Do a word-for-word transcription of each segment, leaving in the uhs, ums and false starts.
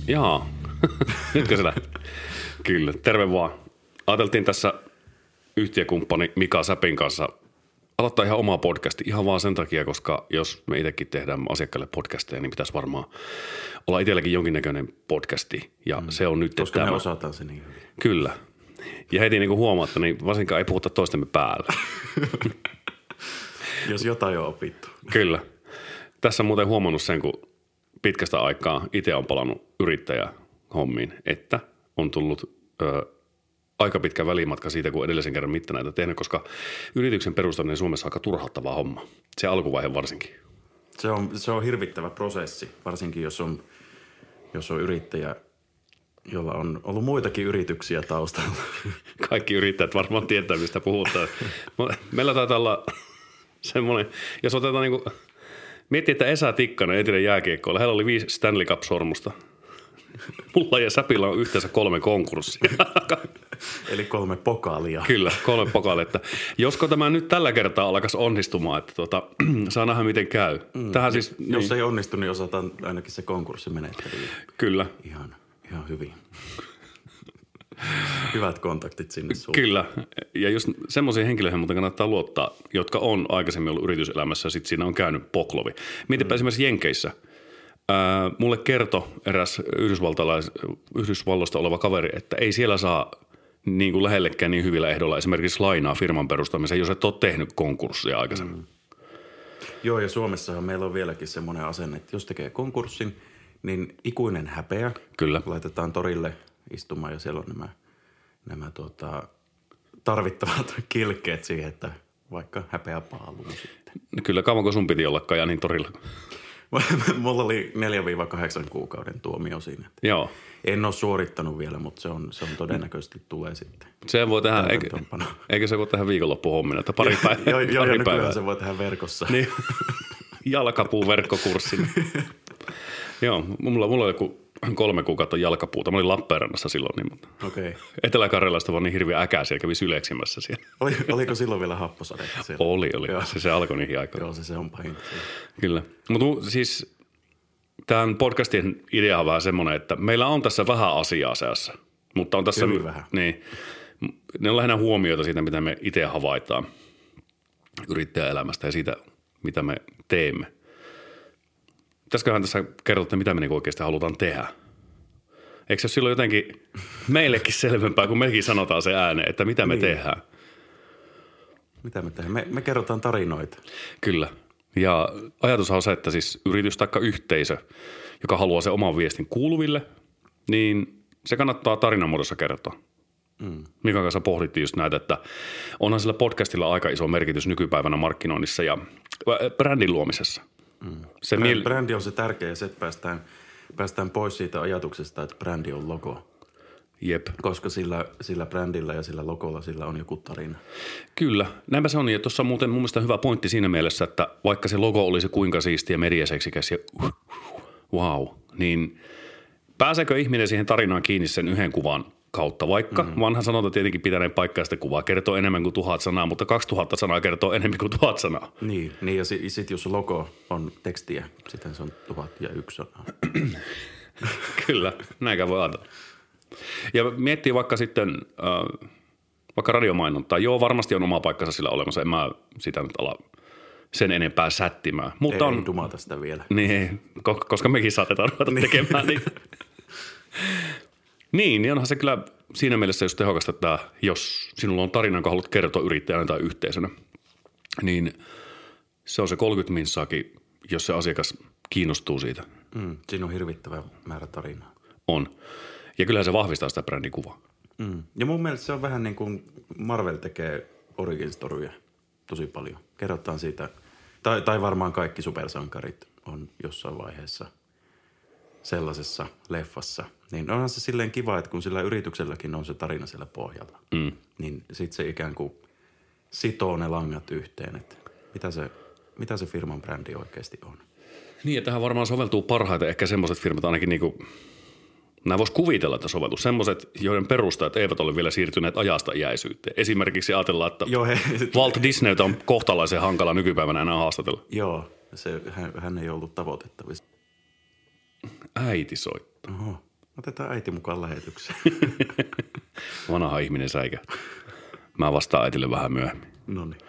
Jaa, nytkö se lähti? Kyllä, terve vaan. Ajateltiin tässä yhtiökumppani Mika Säpin kanssa aloittaa ihan omaa podcasti ihan vaan sen takia, koska jos me itsekin tehdään asiakkaille podcasteja, niin pitäisi varmaan olla itselläkin jonkinnäköinen podcasti. Ja mm. se on nyt koska tämä. me osataan se niin hyvin. Kyllä. Ja heti niin kuin huomaatte, niin varsinkaan ei puhuta toistemme päällä. Jos jotain on opittu. Kyllä. Tässä on muuten huomannut sen, kun pitkästä aikaa itse on palannut yrittäjähommiin, että on tullut ö, aika pitkä välimatka siitä, kun edellisen kerran mittä näitä tehnyt, koska yrityksen perustaminen Suomessa on aika turhauttava homma. Se alkuvaihe varsinkin. Se on, se on hirvittävä prosessi, varsinkin jos on, jos on yrittäjä, jolla on ollut muitakin yrityksiä taustalla. Kaikki yrittäjät varmaan tietää, mistä puhutaan. Meillä taitaa olla semmoinen, jos otetaan niin kuin, miettii, että Esa Tikkanen entinen jääkiekkoilla, hänellä oli viisi Stanley Cup-sormusta. Mulla ja Säpillä on yhteensä kolme konkurssia. Eli kolme pokaalia. Kyllä, kolme pokaalia. Että josko tämä nyt tällä kertaa alkaisi onnistumaan, että tuota, saa nähdä miten käy. Mm. Tähän siis, jos niin. ei onnistu, niin osataan ainakin se konkurssimenettely. Kyllä. Ihan, ihan hyvin. Hyvät kontaktit sinne suuntaan. Kyllä. Ja just semmoisiin henkilöihin muuten kannattaa luottaa, jotka on aikaisemmin ollut yrityselämässä ja sitten siinä on käynyt poklovi. Mietipä mm. esimerkiksi Jenkeissä. Ää, mulle kertoi eräs Yhdysvalloista oleva kaveri, että ei siellä saa niin kuin lähellekään niin hyvillä ehdoilla esimerkiksi lainaa firman perustamiseen, jos et ole tehnyt konkurssia aikaisemmin. Mm. Joo, ja Suomessahan meillä on vieläkin semmoinen asenne, että jos tekee konkurssin, niin ikuinen häpeä. Kyllä. Laitetaan torille istumaan ja siellä on nämä, nämä tuota, tarvittavat kilkkeet siihen, että vaikka häpeä paaluu sitten. Kyllä, kauanko sun piti olla Kajaanin torilla? Mulla oli neljä kahdeksan kuukauden tuomio siinä. Joo. En ole suorittanut vielä, mutta se on, se on todennäköisesti tulee sitten. Se voi tehdä, eikö, eikö se voi tehdä viikonloppuhommina, että pari päivää. Joo, jo, ja nykyään se voi tehdä verkossa. Niin. Jalkapuu verkkokurssin. Joo, mulla, mulla oli joku kolme kuukautta jalkapuuta. Mä olin Lappeenrannassa silloin, niin, mutta okay. Etelä-Karjalasta vaan niin hirveä äkä siellä, kävi syleksimässä siellä. Oli, oliko silloin vielä happosadetta siellä? Oli, oli. Se, se alkoi niihin aikaan. Joo, se, se on pahin. Kyllä. Mutta siis tämän podcastin idea on vähän semmoinen, että meillä on tässä vähän asiaa seassa, mutta on tässä hyvin vähän. Niin, ne on lähinnä huomioita siitä, mitä me itse havaitaan yrittäjäelämästä ja siitä, mitä me teemme. Pitäisiköhän tässä kertoa, mitä me niinku oikeasti halutaan tehdä? Eikö se ole silloin jotenkin meillekin selvempää, kun mekin sanotaan se ääneen, että mitä me niin. tehdään? Mitä me tehdään? Me, me kerrotaan tarinoita. Kyllä. Ja ajatus on se, että siis yritys tai yhteisö, joka haluaa sen oman viestin kuuluville, niin se kannattaa tarinan muodossa kertoa. Mm. Mikan kanssa pohdittiin just näitä, että onhan sillä podcastilla aika iso merkitys nykypäivänä markkinoinnissa ja brändin luomisessa. Mm. Se miel... Brändi on se tärkeä ja se, että päästään, päästään pois siitä ajatuksesta, että brändi on logo. Jep. Koska sillä, sillä brändillä ja sillä logolla sillä on joku tarina. Kyllä. Näinpä se on. Ja tuossa on muuten mun mielestä hyvä pointti siinä mielessä, että vaikka se logo olisi kuinka siisti ja mediaseksikäs ja uh, wow, niin pääseekö ihminen siihen tarinaan kiinni sen yhden kuvan kautta? Vaikka mm-hmm. vanha sanonta tietenkin pitäneen paikkaa sitä kuvaa kertoo enemmän kuin tuhat sanaa, mutta kaksituhatta sanaa kertoo enemmän kuin tuhat sanaa. Niin, niin ja sitten sit, jos logo on tekstiä, sitten se on tuhat ja yksi sanaa. Kyllä, näinkään voi ajatella. Ja miettii vaikka sitten äh, vaikka radiomainontaa. Joo, varmasti on oma paikkansa sillä olemassa. En mä sitä nyt ala sen enempää sättimään. Mutta ei, on, ei dumata sitä vielä. Niin, koska mekin saatetaan ruveta tekemään niitä. Niin, niin onhan se kyllä siinä mielessä just tehokasta, että jos sinulla on tarina, jonka haluat kertoa yrittäjänä tai yhteisönä, niin se on se kolmekymmentä minsaakin, jos se asiakas kiinnostuu siitä. Mm, siinä on hirvittävä määrä tarinaa. On. Ja kyllähän se vahvistaa sitä brändikuvaa. Mm. Ja mun mielestä se on vähän niin kuin Marvel tekee origin storyja tosi paljon. Kerrotaan siitä, tai, tai varmaan kaikki supersankarit on jossain vaiheessa sellaisessa leffassa. Niin onhan se silleen kiva, että kun sillä yritykselläkin on se tarina siellä pohjalla, mm. niin sitten se ikään kuin sitoo ne langat yhteen, että mitä se, mitä se firman brändi oikeasti on. Niin, ja tähän varmaan soveltuu parhaiten ehkä semmoiset firmat ainakin niin kuin nämä vois kuvitella, että soveltuu. Semmoiset, joiden perustajat eivät ole vielä siirtyneet ajasta iäisyyteen. Esimerkiksi ajatellaan, että Joo, he... Walt Disneytä on kohtalaisen hankala nykypäivänä enää haastatella. Joo, se, hän, hän ei ollut tavoitettavissa. Äiti soittaa. Oho. Otetaan äiti mukaan lähetykseen. Vanha ihminen säikä. Mä vastaan äitille vähän myöhemmin. No niin.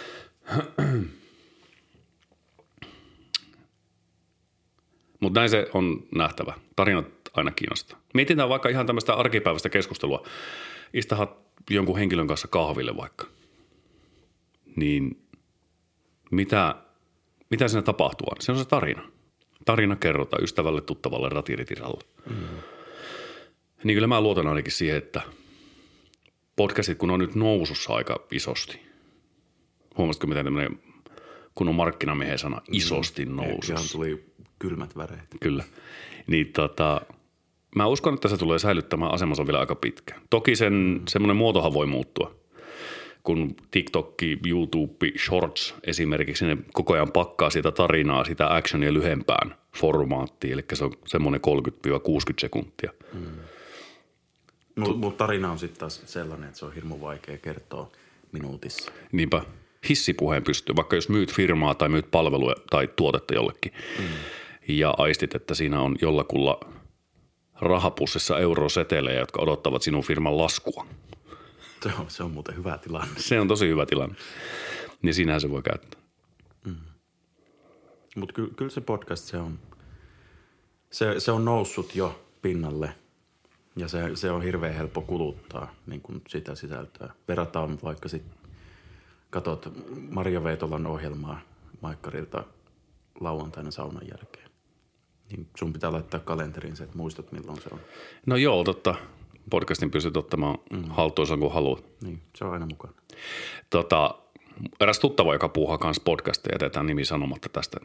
Mutta näin se on nähtävä. Tarinat aina kiinnostaa. Mietitään vaikka ihan tämmöistä arkipäiväistä keskustelua. Istahat jonkun henkilön kanssa kahville vaikka. Niin mitä, mitä siinä tapahtuu? Se on se tarina. Tarina kerrotaan ystävälle, tuttavalle, ratiritiralle. Mm. Niin kyllä mä luotan ainakin siihen, että podcastit kun on nyt nousussa aika isosti. Huomasitko miten tämmöinen, kun on markkinamiehen sana, isosti mm. nousussa. Ihan tuli kylmät väreet. Kyllä. Niin tota, mä uskon, että se tulee säilyttämään asemansa vielä aika pitkään. Toki sen mm. semmoinen muotohan voi muuttua. Kun TikTok, YouTube, Shorts esimerkiksi, ne koko ajan pakkaa sitä tarinaa, sitä actionia lyhempään formaattiin. Eli se on semmoinen kolmekymmentä kuusikymmentä sekuntia. Mm. Mutta mut tarina on sitten taas sellainen, että se on hirmu vaikea kertoa minuutissa. Niinpä. Hissipuheen pystyy, vaikka jos myyt firmaa tai myyt palvelua tai tuotetta jollekin. Mm. Ja aistit, että siinä on jollakulla rahapussissa eurosetelejä, jotka odottavat sinun firman laskua. Se on, se on muuten hyvä tilanne. Se on tosi hyvä tilanne. Niin siinähän se voi käyttää. Mm. Mutta ky, kyllä se podcast, se on, se, se on noussut jo pinnalle. Ja se, se on hirveän helppo kuluttaa niin kuin sitä sisältöä. Verrataan vaikka sitten, katot Maria Veitolan ohjelmaa Maikkarilta lauantaina saunan jälkeen. Niin sun pitää laittaa kalenteriin se, että muistat milloin se on. No joo, totta. Podcastin pystyt ottamaan mm. haltuunsa kun haluat. Niin, se on aina mukana. Tota, eräs tuttava, joka puuhaa kanssa podcastia, jätetään nimi sanomatta tästä.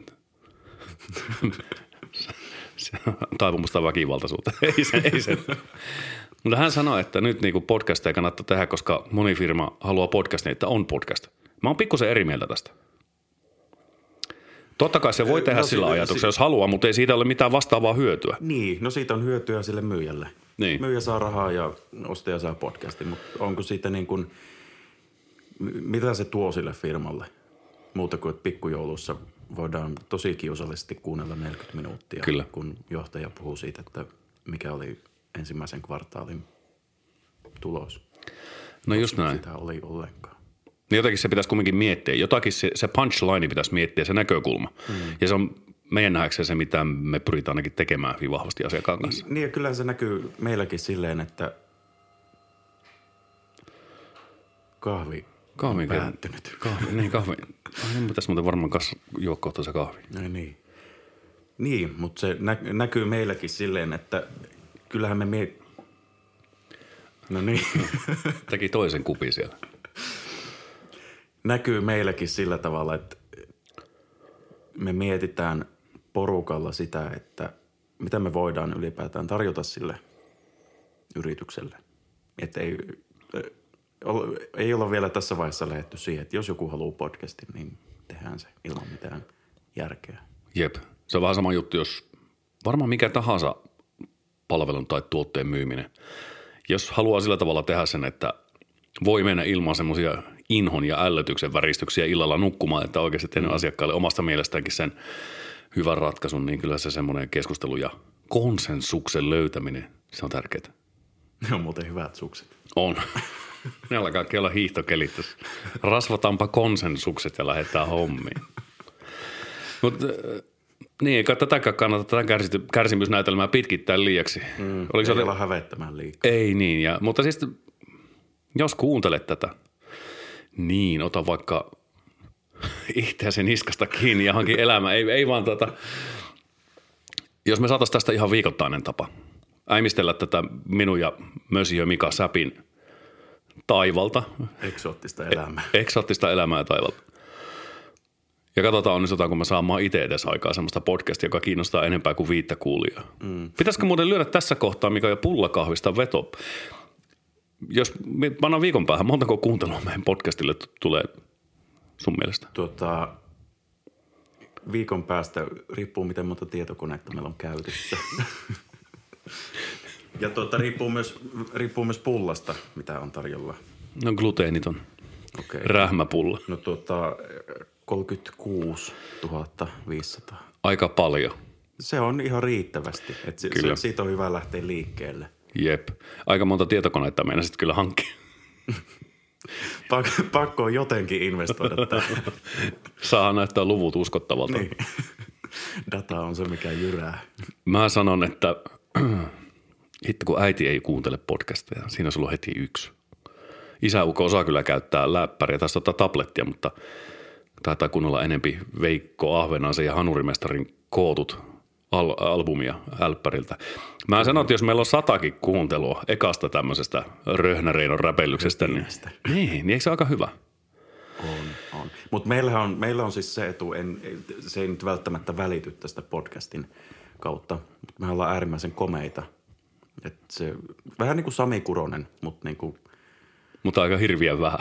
Se on taipumusta väkivaltaisuutta. Ei se, ei se. Mutta hän sanoi, että nyt niinku podcasteja kannattaa tehdä, koska moni firma haluaa podcastia, että on podcast. Mä oon pikkusen eri mieltä tästä. Totta kai se voi tehdä no, sillä si- ajatuksella, si- jos haluaa, mutta ei siitä ole mitään vastaavaa hyötyä. Niin, no siitä on hyötyä sille myyjälle. Niin. Myyjä saa rahaa ja ostaja saa podcastin, mutta onko siitä niin kuin, mitä se tuo sille firmalle? Muuta kuin, että pikkujoulussa voidaan tosi kiusallisesti kuunnella neljäkymmentä minuuttia, Kyllä. kun johtaja puhuu siitä, että mikä oli ensimmäisen kvartaalin tulos. No just näin. Sitä oli ollenkaan. Niin jotakin se pitäisi kumminkin miettiä. Jotakin se, se punchline pitäisi miettiä, se näkökulma. Mm. Ja se on meidän nähdäkseen se, mitä me pyritään ainakin tekemään hyvin vahvasti asiakkaan kanssa. Niin ja kyllä se näkyy meilläkin silleen, että kahvi Kahvi on päättynyt. Kahvi, niin kahvi. Ai niin, pitäisi muuten varmaan kanssa juo kohta se kahvi. No niin. Niin, mutta se nä- näkyy meilläkin silleen, että kyllähän me miet... No niin. Teki toisen kupin siellä. Näkyy meilläkin sillä tavalla, että me mietitään porukalla sitä, että mitä me voidaan ylipäätään tarjota sille yritykselle. Että ei, ei olla vielä tässä vaiheessa lähdetty siihen, että jos joku haluaa podcastin, niin tehdään se ilman mitään järkeä. Jep. Se on vähän sama juttu, jos varmaan mikä tahansa palvelun tai tuotteen myyminen. Jos haluaa sillä tavalla tehdä sen, että voi mennä ilman semmoisia inhon ja ällötyksen väristyksiä illalla nukkumaan, että oikeasti tehnyt mm. asiakkaalle omasta mielestäänkin sen hyvän ratkaisun, niin kyllä se semmoinen keskustelu ja konsensuksen löytäminen, se on tärkeää. Ne on muuten hyvät sukset. On. Ne alkaa olla hiihtokelit. Rasvataanpa konsensukset ja lähdetään hommiin. Mutta niin, eikä tätäkään kannata tätä kärsimysnäytelmää pitkittää liiaksi. Mm, ei ole ote... hävettämään liikaa. Ei niin, ja, mutta siis jos kuuntelet tätä, niin ota vaikka itseäsi niskasta kiinni ja hankin elämä. Ei, ei vaan tota, jos me saataisiin tästä ihan viikoittainen tapa äimistellä tätä minun ja Mösiö Mika Säpin taivalta. Eksoottista elämää. E- eksoottista elämää ja taivalta. Ja katsotaan, onnistutaanko me saamaan itse edes aikaa semmoista podcastia, joka kiinnostaa enempää kuin viittä kuulijaa. Mm. Pitäisikö muuten lyödä tässä kohtaa, mikä jo pullakahvista veto? Jos pannaan viikon päähän, montako kuuntelua meidän podcastille t- tulee sun mielestä? Tuota, viikon päästä riippuu, miten monta tietokonetta meillä on käytössä. Ja tuota, riippuu, myös, riippuu myös pullasta, mitä on tarjolla. No gluteeniton. Okay. Rähmäpulla. No tuota, kolmekymmentäkuusituhatta viisisataa. Aika paljon. se on ihan riittävästi. Et se, se, siitä on hyvä lähteä liikkeelle. Jep. Aika monta tietokoneetta meinasit kyllä hankkia. Pak- pakko on jotenkin investoida tähän. Saa näyttää luvut uskottavalta. Niin. Data on se, mikä jyrää. Mä sanon, että hitto kun äiti ei kuuntele podcasteja, siinä on ollut heti yksi. Isäukko osaa kyllä käyttää läppäriä tai ottaa tablettia, mutta taitaa kunnolla enempi Veikko Ahvenaisen ja Hanurimestarin kootut al- albumia älppäriltä. Mä sanon, että jos meillä on satakin kuuntelua ekasta tämmöisestä Röhnäreinon räpellyksestä, niin, niin, niin eikö se aika hyvä? On, on. Mutta meillä on, meillä on siis se etu, en, se ei nyt välttämättä välity tästä podcastin kautta, mutta me ollaan äärimmäisen komeita. Et se, vähän niin kuin Sami Kuronen, mutta niin kuin mutta aika hirviän vähän.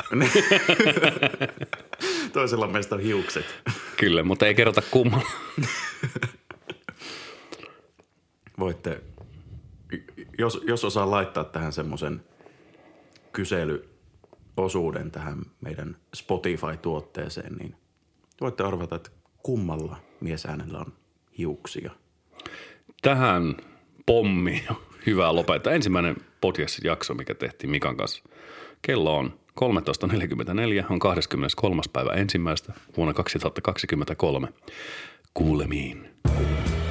Toisella meistä on hiukset. Kyllä, mutta ei kerrota kummalla. Voitte, jos, jos osaa laittaa tähän semmoisen kyselyosuuden tähän meidän Spotify-tuotteeseen, niin voitte arvata, että kummalla miesäänellä on hiuksia. Tähän pommiin on hyvä lopettaa. Ensimmäinen podcast-jakso, mikä tehtiin Mikan kanssa. Kello on kolmetoista neljäkymmentäneljä, on kahdeskymmeneskolmas päivä ensimmäistä vuonna kaksituhattakaksikymmentäkolme. Kuulemiin. Kuulemiin.